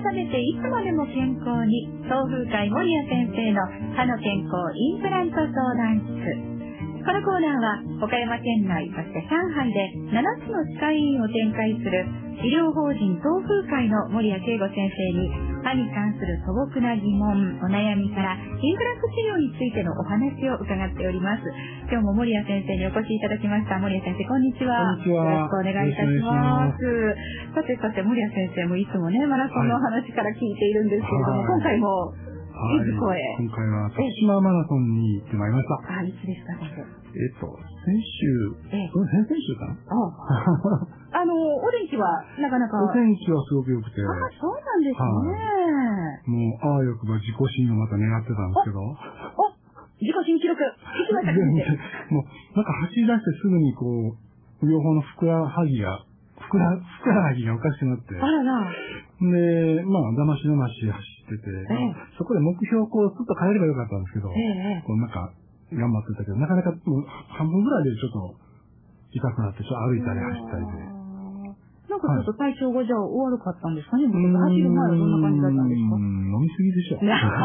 めていつまでも健康に、東風会守谷先生の歯の健康インプラント相談室。このコーナーは岡山県内、そして上海で7つの歯科医院を展開する医療法人東風会の守谷慶吾先生に歯に関する素朴な疑問、お悩みからインプラント治療についてのお話を伺っております。今日も守谷先生にお越しいただきました。守谷先生、こんにちは。 こんにちは。 よろしくお願いいたします。さて、守谷先生もいつもね、マラソンの話から聞いているんですけれども、今回もいずこへ。 今回は徳島マラソンに行ってまいりました。 いつですか、先生。 先週、先々週かな。 お天気はなかなか。 お天気はすごく良くて。 そうなんですね。 もう、あわよくば自己新をまた狙ってたんですけど。 自己新記録。いきましたね。 もう、なんか走り出してすぐにこう、両方のふくらはぎがおかしくなって。 あらら。 で、だましだまし走ってて、そこで目標をこう、すっと変えればよかったんですけど、こうなんか、頑張ってたけど、なかなかもう半分ぐらいでちょっと痛くなって、ちょっと歩いたり走ったりで。 なんかちょっと体調がじゃあ悪かったんですかね。走る前はどんな感じだったんですか？ 飲みすぎでしょ。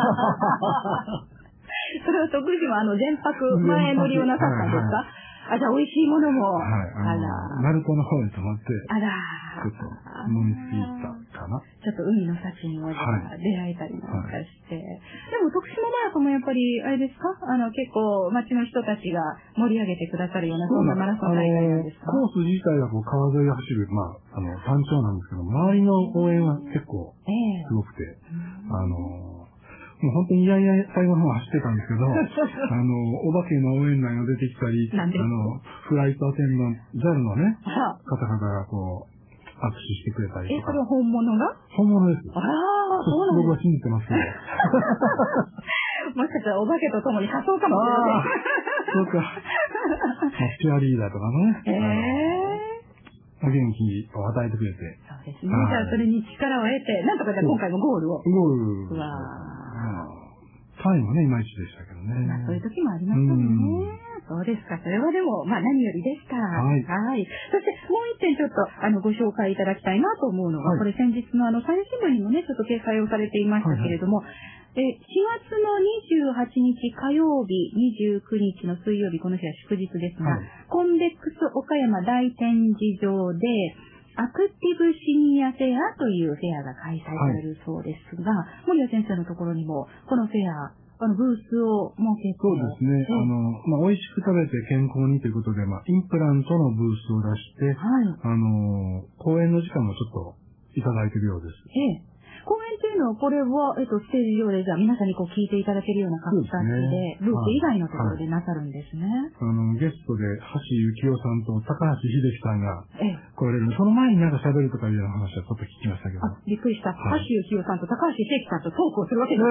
それは徳島全泊前乗りをなさったんですか？じゃあ美味しいものも。 鳴門の方に泊まって、ちょっと飲みすぎたかな。 ちょっと海の幸にも出会えたりなんかして。でも徳島マラソンもやっぱり、あれですか？結構街の人たちが盛り上げてくださるような、そんなマラソン大会なんですか？ コース自体はこう川沿いを走る、山頂なんですけど、周りの応援は結構すごくて、もう本当に最後の方走ってたんですけど、お化けの応援団が出てきたり、フライトアテンダント、JAL のね、方々がこう、握手してくれたりとか。 それは本物が？ 本物です。 そうなんです。 僕は信じてますけど。 もしかしたらお化けと共に仮装かもしれません。 そうか。チアリーダーとかね。元気を与えてくれて。 そうですね。じゃあそれに力を得て、なんとかじゃあ今回もゴールを。 タイムね、いまいちでしたけどね。 そういう時もありますよね。そうですか。それはでも、何よりでした。はい。そしてもう一点ちょっと、ご紹介いただきたいなと思うのが、これ先日の産経新聞にもね、ちょっと掲載をされていましたけれども、4月の28日火曜日、29日の水曜日、この日は祝日ですが、コンベックス岡山大展示場で、アクティブシニアフェアというフェアが開催されるそうですが、守谷先生のところにも、このフェア、ブースを設けて。 そうですね。美味しく食べて健康にということで、インプラントのブースを出して、講演の時間もちょっといただいているようです。 講演というのは、これは、ステージ上でじゃあ皆さんにこう聞いていただけるような形で、ブース以外のところでなさるんですね。 ゲストで橋幸夫さんと高橋秀樹さんが来られるので、その前になんか喋るとかいうような話はちょっと聞きましたけど。 びっくりした。橋幸夫さんと高橋秀樹さんとトークをするわけです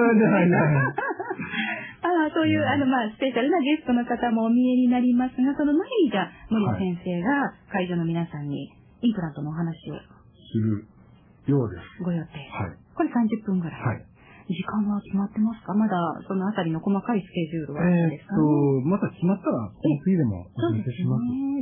ね。そういう、スペシャルなゲストの方もお見えになりますが、その前にじゃあ、守谷先生が会場の皆さんにインプラントのお話をするようです。 ご予定。これ30分ぐらい。時間は決まってますか？まだそのあたりの細かいスケジュールはですか？ また決まったら、次でもお知らせします。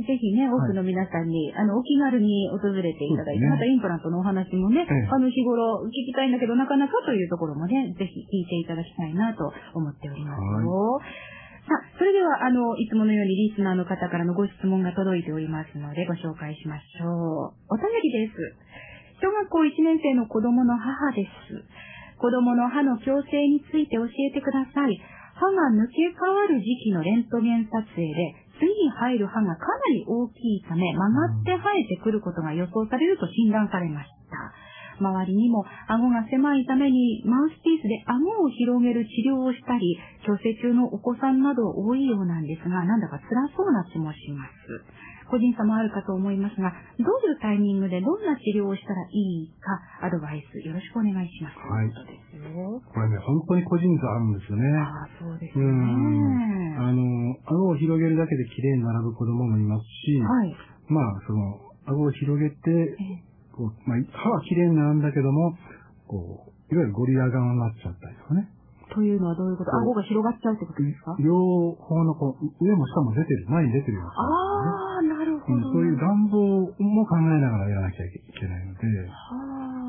ぜひね、多くの皆さんに、お気軽に訪れていただいて、またインプラントのお話もね、日頃聞きたいんだけど、なかなかというところもね、ぜひ聞いていただきたいなと思っておりますよ。さあ、それでは、いつものようにリスナーの方からのご質問が届いておりますので、ご紹介しましょう。お便りです。小学校1年生の子供の母です。子供の歯の矯正について教えてください。歯が抜け変わる時期のレントゲン撮影で、次に入る歯がかなり大きいため、曲がって生えてくることが予想されると診断されました。周りにも顎が狭いためにマウスピースで顎を広げる治療をしたり、矯正中のお子さんなど多いようなんですが、なんだか辛そうな気もします。個人差もあるかと思いますが、どういうタイミングでどんな治療をしたらいいか、アドバイスよろしくお願いします。 はい。これね、本当に個人差あるんですよね。 そうですね。 顎を広げるだけで綺麗に並ぶ子供もいますし、顎を広げて、歯は綺麗になるんだけども、いわゆるゴリラ顔になっちゃったりとかね。 というのはどういうこと？顎が広がっちゃうってことですか？ 両方の上も下も出てる、前に出てるような、 なるほど。 そういう願望も考えながらやらなきゃいけないので。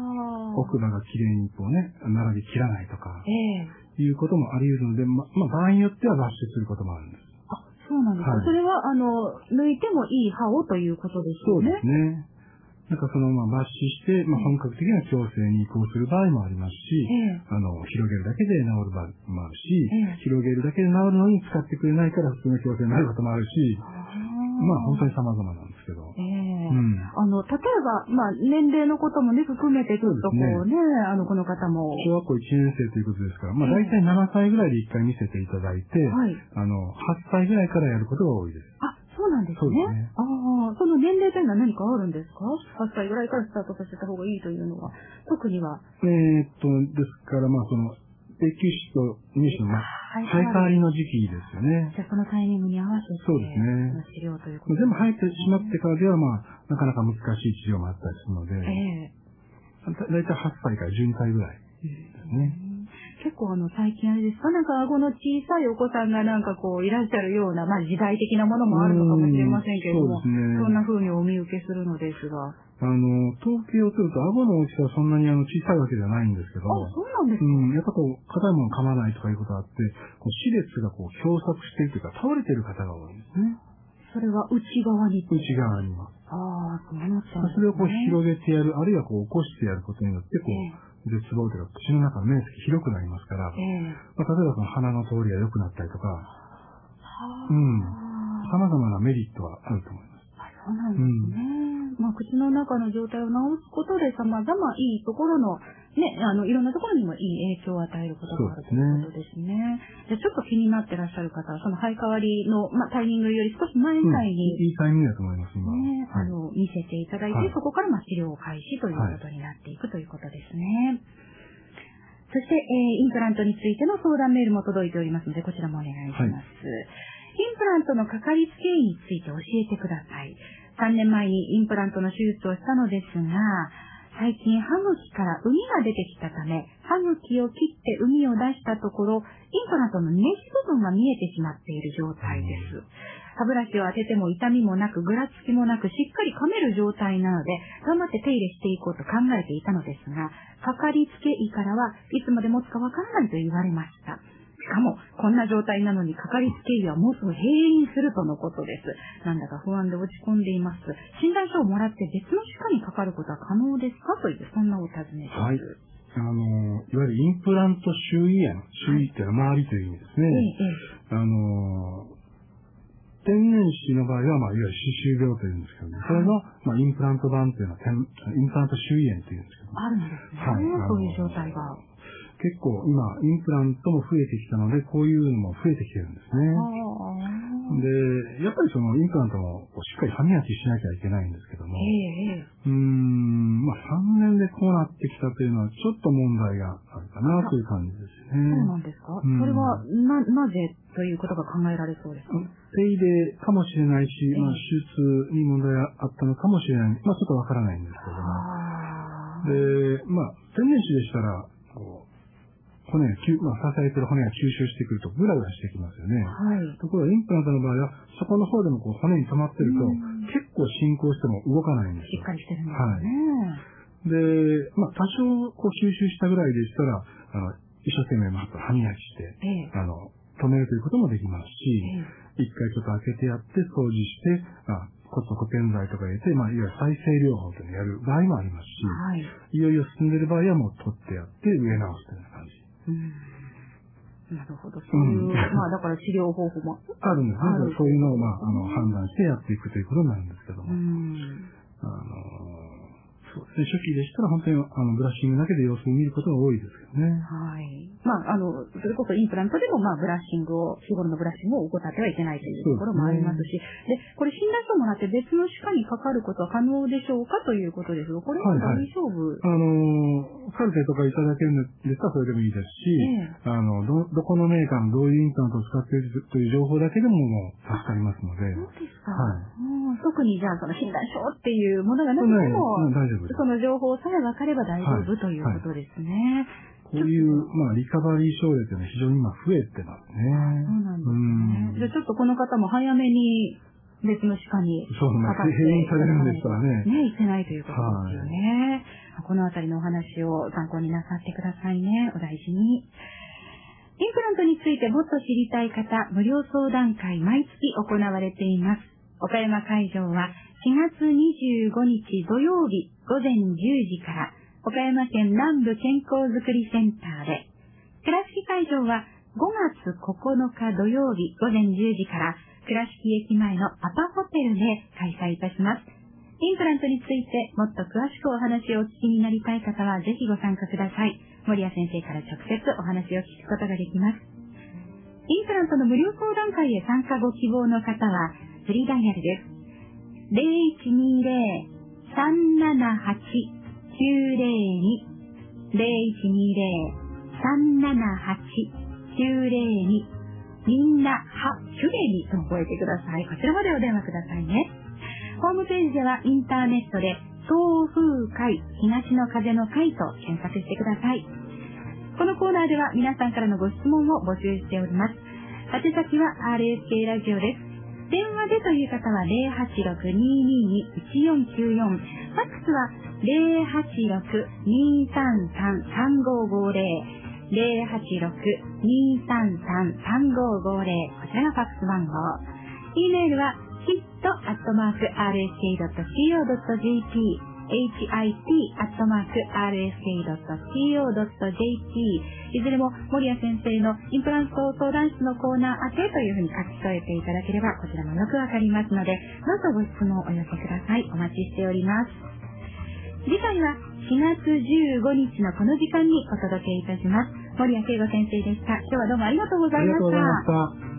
奥歯がきれいにこうね、並び切らないとか、いうこともあり得るので、場合によっては抜歯することもあるんです。 あ、そうなんですか。それは、抜いてもいい歯をということですよね。 そうですね。なんか抜歯して、本格的な矯正に移行する場合もありますし、広げるだけで治る場合もあるし、広げるだけで治るのに使ってくれないから普通の矯正になることもあるし、本当に様々なんですけど。例えば、年齢のこともね、含めてちょっとこうね、この方も。 小学校1年生ということですから、大体7歳ぐらいで1回見せていただいて、8歳ぐらいからやることが多いです。 あ、そうなんですね。その年齢というのは何かあるんですか？ 8 歳ぐらいからスタートさせた方がいいというのは、特には。 ですから、永久歯と乳歯の生え変わりの時期ですよね。 じゃあそのタイミングに合わせて、 そうですね。 治療ということ全部生えてしまってからでは、なかなか難しい治療もあったりするので、だいたい8歳から12歳ぐらいですね。 結構最近あれですか、なんか顎の小さいお子さんがなんかこういらっしゃるような、時代的なものもあるのかもしれませんけれども、そんな風にお見受けするのですが。 統計を取ると顎の大きさはそんなに小さいわけではないんですけど、 そうなんですか。 やっぱ硬いもの噛まないとかいうことがあって、歯列が狭窄しているというか倒れている方が多いんですね。 それは内側に？ 内側には。 そうなっちゃうんですね。 それを広げてやる、あるいは起こしてやることによって、絶望というか口の中の面積広くなりますから、例えば鼻の通りが良くなったりとか、様々なメリットはあると思います。 そうなんですね。口の中の状態を治すことで様々いいところの、ね、いろんなところにもいい影響を与えることがあるということですね。じゃあちょっと気になってらっしゃる方は、その生え変わりの、タイミングより少し前ぐらいに、 いいタイミングだと思います、今。 見せていただいて、そこから治療開始ということになっていくということですね。そして、インプラントについての相談メールも届いておりますので、こちらもお願いします。インプラントのかかりつけ医について教えてください。3年前にインプラントの手術をしたのですが、最近歯茎から膿が出てきたため、歯茎を切って膿を出したところ、インプラントのネジ部分が見えてしまっている状態です。歯ブラシを当てても痛みもなく、ぐらつきもなく、しっかり噛める状態なので、頑張って手入れしていこうと考えていたのですが、かかりつけ医からはいつまで持つかわからないと言われました。しかも、こんな状態なのにかかりつけ医はもうすぐ閉院するとのことです。なんだか不安で落ち込んでいます。診断書をもらって別の歯科にかかることは可能ですかという、そんなお尋ねです。 いわゆるインプラント周囲炎。周囲っていうのは周りという意味ですね。天然歯の場合は、いわゆる歯周病というんですけど、それが、インプラント版というのは、インプラント周囲炎というんですけど。 あるんですね。そういう状態が。 結構今、インプラントも増えてきたので、こういうのも増えてきてるんですね。で、やっぱりそのインプラントもしっかり歯磨きしなきゃいけないんですけども、3年でこうなってきたというのはちょっと問題があるかなという感じですね。 そうなんですか？それはなぜということが考えられそうですか？ 手入れかもしれないし、手術に問題があったのかもしれない。ちょっとわからないんですけども。で、天然歯でしたら、支えてる骨が吸収してくるとグラグラしてきますよね。ところがインプラントの場合は、そこの方でも骨に溜まってると、結構進行しても動かないんですよ。 しっかりしてるんですね。 で、多少吸収したぐらいでしたら、一生懸命歯磨きして、止めるということもできますし、一回ちょっと開けてやって掃除して、骨と固定剤とか入れて、いわゆる再生療法というのをやる場合もありますし、いよいよ進んでいる場合はもう取ってやって植え直すというような感じ。 なるほど。そういう、だから治療方法もあるんですね。そういうのを、判断してやっていくということになるんですけども。そうですね。初期でしたら本当にブラッシングだけで様子を見ることが多いですけどね。 それこそインプラントでもブラッシングを、日頃のブラッシングを怠ってはいけないというところもありますし、で、これ診断書をもらって別の歯科にかかることは可能でしょうかということですが、これは大丈夫？ カルテとかいただけるんですからそれでもいいですし、どこのメーカーのどういうインプラントを使っているという情報だけでももう助かりますので。 そうですか。特にじゃあその診断書っていうものがなくても、 大丈夫です。 その情報さえ分かれば大丈夫ということですね。 こういう、リカバリー症例というのは非常に今増えてますね。 そうなんですね。じゃあちょっとこの方も早めに別の歯科にかかって。 閉院されるんですからね。 いけないということですよね。 このあたりのお話を参考になさってくださいね。お大事に。インプラントについてもっと知りたい方、無料相談会毎月行われています。岡山会場は4月25日土曜日午前10時から岡山県南部健康づくりセンターで、倉敷会場は5月9日土曜日午前10時から倉敷駅前のアパホテルで開催いたします。インプラントについてもっと詳しくお話をお聞きになりたい方はぜひご参加ください。森谷先生から直接お話を聞くことができます。インプラントの無料相談会へ参加ご希望の方はフリーダイヤルです。0120-378-902 0120-378-902みんなキュレにと覚えてください。こちらまでお電話くださいね。ホームページではインターネットで東風会、東の風の会と検索してください。このコーナーでは皆さんからのご質問を募集しております。宛先は RSK ラジオです。電話でという方は 086-222-1494、ファックスは 086-233-3550、086-233-3550、こちらがファックス番号。E メールは hit@rsk.co.jp hit@rsk.co.jp いずれも森谷先生のインプラント相談室のコーナー宛てというふうに書き添えていただければこちらもよくわかりますので、どうぞご質問をお寄せください。お待ちしております。次回は4月15日のこの時間にお届けいたします。森谷慶吾先生でした。今日はどうもありがとうございました。 ありがとうございました。